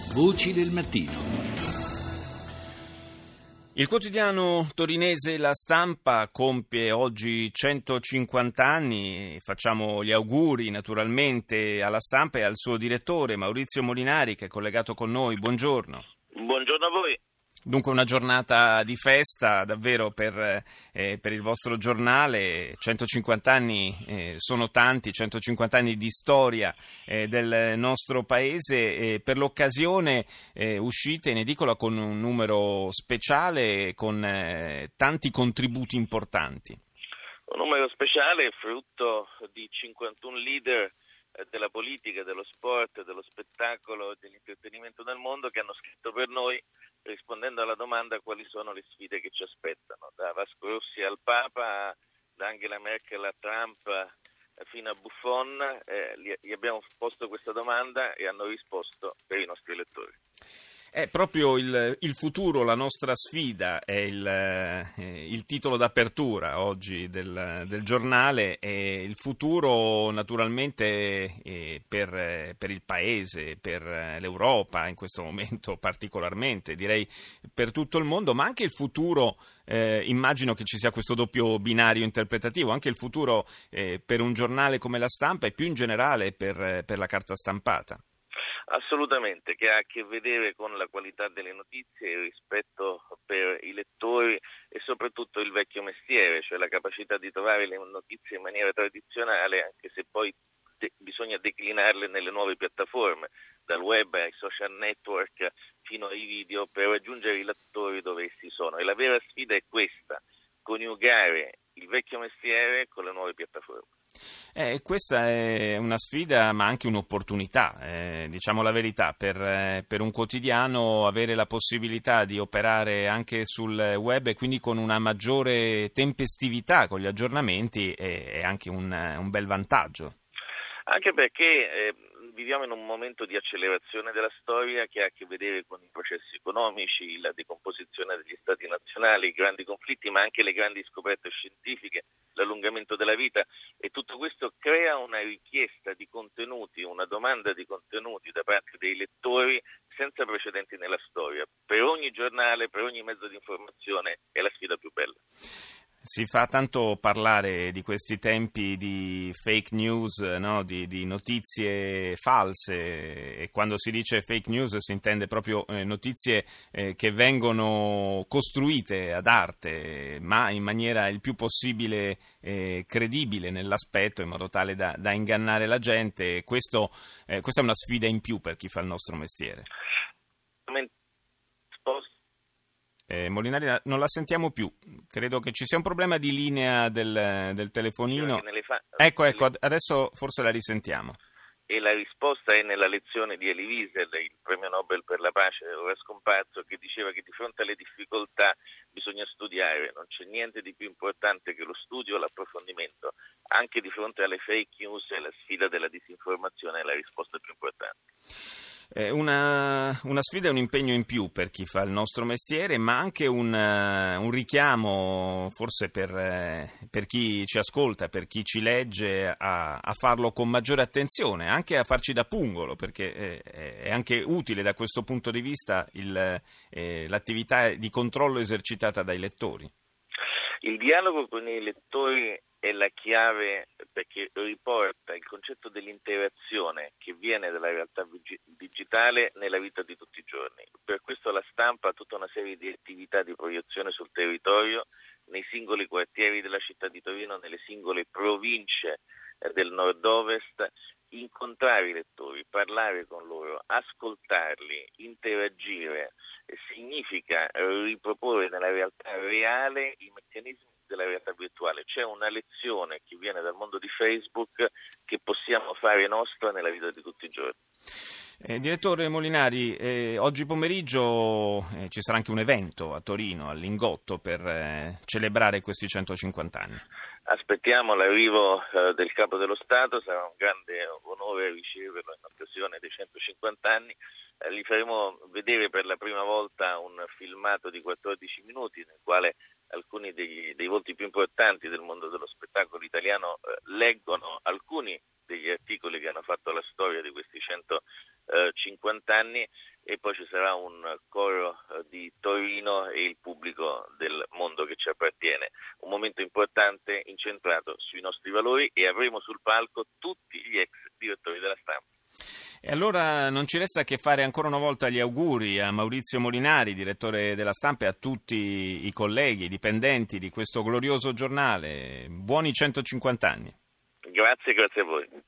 Voci del mattino. Il quotidiano torinese La Stampa compie oggi 150 anni. Facciamo gli auguri naturalmente alla Stampa e al suo direttore Maurizio Molinari, che è collegato con noi. Buongiorno. Buongiorno a voi. Dunque una giornata di festa davvero per il vostro giornale. 150 anni sono tanti, 150 anni di storia del nostro paese. Per l'occasione uscite in edicola con un numero speciale con tanti contributi importanti. Un numero speciale frutto di 51 leader della politica, dello sport, dello spettacolo e dell'intrattenimento nel mondo che hanno scritto per noi rispondendo alla domanda quali sono le sfide che ci aspettano, da Vasco Rossi al Papa, da Angela Merkel a Trump fino a Buffon. Gli abbiamo posto questa domanda e hanno risposto per i nostri elettori. È proprio il futuro, la nostra sfida, è il titolo d'apertura oggi del giornale, e il futuro naturalmente per il Paese, per l'Europa in questo momento particolarmente, direi per tutto il mondo, ma anche il futuro, immagino che ci sia questo doppio binario interpretativo, anche il futuro per un giornale come La Stampa e più in generale per la carta stampata. Assolutamente, che ha a che vedere con la qualità delle notizie, il rispetto per i lettori e soprattutto il vecchio mestiere, cioè la capacità di trovare le notizie in maniera tradizionale, anche se poi bisogna declinarle nelle nuove piattaforme, dal web ai social network fino ai video, per raggiungere i lettori dove essi sono. E la vera sfida è questa: coniugare il vecchio mestiere con le nuove piattaforme. Questa è una sfida ma anche un'opportunità, diciamo la verità, per un quotidiano avere la possibilità di operare anche sul web e quindi con una maggiore tempestività con gli aggiornamenti è anche un bel vantaggio. Anche perché viviamo in un momento di accelerazione della storia che ha a che vedere con i processi economici, la decomposizione degli stati nazionali, i grandi conflitti, ma anche le grandi scoperte scientifiche, l'allungamento della vita, e tutto questo crea una richiesta di contenuti, una domanda di contenuti da parte dei lettori senza precedenti nella storia. Per ogni giornale, per ogni mezzo di informazione è la sfida più bella. Si fa tanto parlare di questi tempi di fake news, no? di notizie false, e quando si dice fake news si intende proprio notizie che vengono costruite ad arte, ma in maniera il più possibile credibile nell'aspetto, in modo tale da ingannare la gente. Questa è una sfida in più per chi fa il nostro mestiere. Molinari, non la sentiamo più, credo che ci sia un problema di linea del telefonino. Ecco, adesso forse la risentiamo. E la risposta è nella lezione di Elie Wiesel, il premio Nobel per la pace, ora scomparso, che diceva che di fronte alle difficoltà bisogna studiare, non c'è niente di più importante che lo studio e l'approfondimento. Anche di fronte alle fake news e la sfida della disinformazione è la risposta più importante. Una sfida e un impegno in più per chi fa il nostro mestiere, ma anche un richiamo forse per chi ci ascolta, per chi ci legge, a farlo con maggiore attenzione, anche a farci da pungolo, perché è anche utile da questo punto di vista l'attività di controllo esercitata dai lettori. Il dialogo con i lettori è la chiave, perché riporta il concetto dell'interazione che viene dalla realtà digitale nella vita di tutti i giorni. Per questo La Stampa ha tutta una serie di attività di proiezione sul territorio, nei singoli quartieri della città di Torino, nelle singole province del nord-ovest. Incontrare i lettori, parlare con loro, ascoltarli, interagire, significa riproporre nella realtà reale i meccanismi della realtà virtuale. C'è una lezione che viene dal mondo di Facebook che possiamo fare nostra nella vita di tutti i giorni. Direttore Molinari, oggi pomeriggio ci sarà anche un evento a Torino, al Lingotto, per celebrare questi 150 anni. Aspettiamo l'arrivo del Capo dello Stato, sarà un grande onore riceverlo in occasione dei 150 anni. Gli faremo vedere per la prima volta un filmato di 14 minuti nel quale alcuni dei volti più importanti del mondo dello spettacolo italiano leggono alcuni degli articoli che hanno fatto la storia di questi 150 anni, e poi ci sarà un coro di Torino e il pubblico del mondo che ci appartiene. Un momento importante incentrato sui nostri valori, e avremo sul palco tutti gli ex direttori della Stampa. E allora non ci resta che fare ancora una volta gli auguri a Maurizio Molinari, direttore della Stampa, e a tutti i colleghi, i dipendenti di questo glorioso giornale. Buoni 150 anni. Grazie a voi.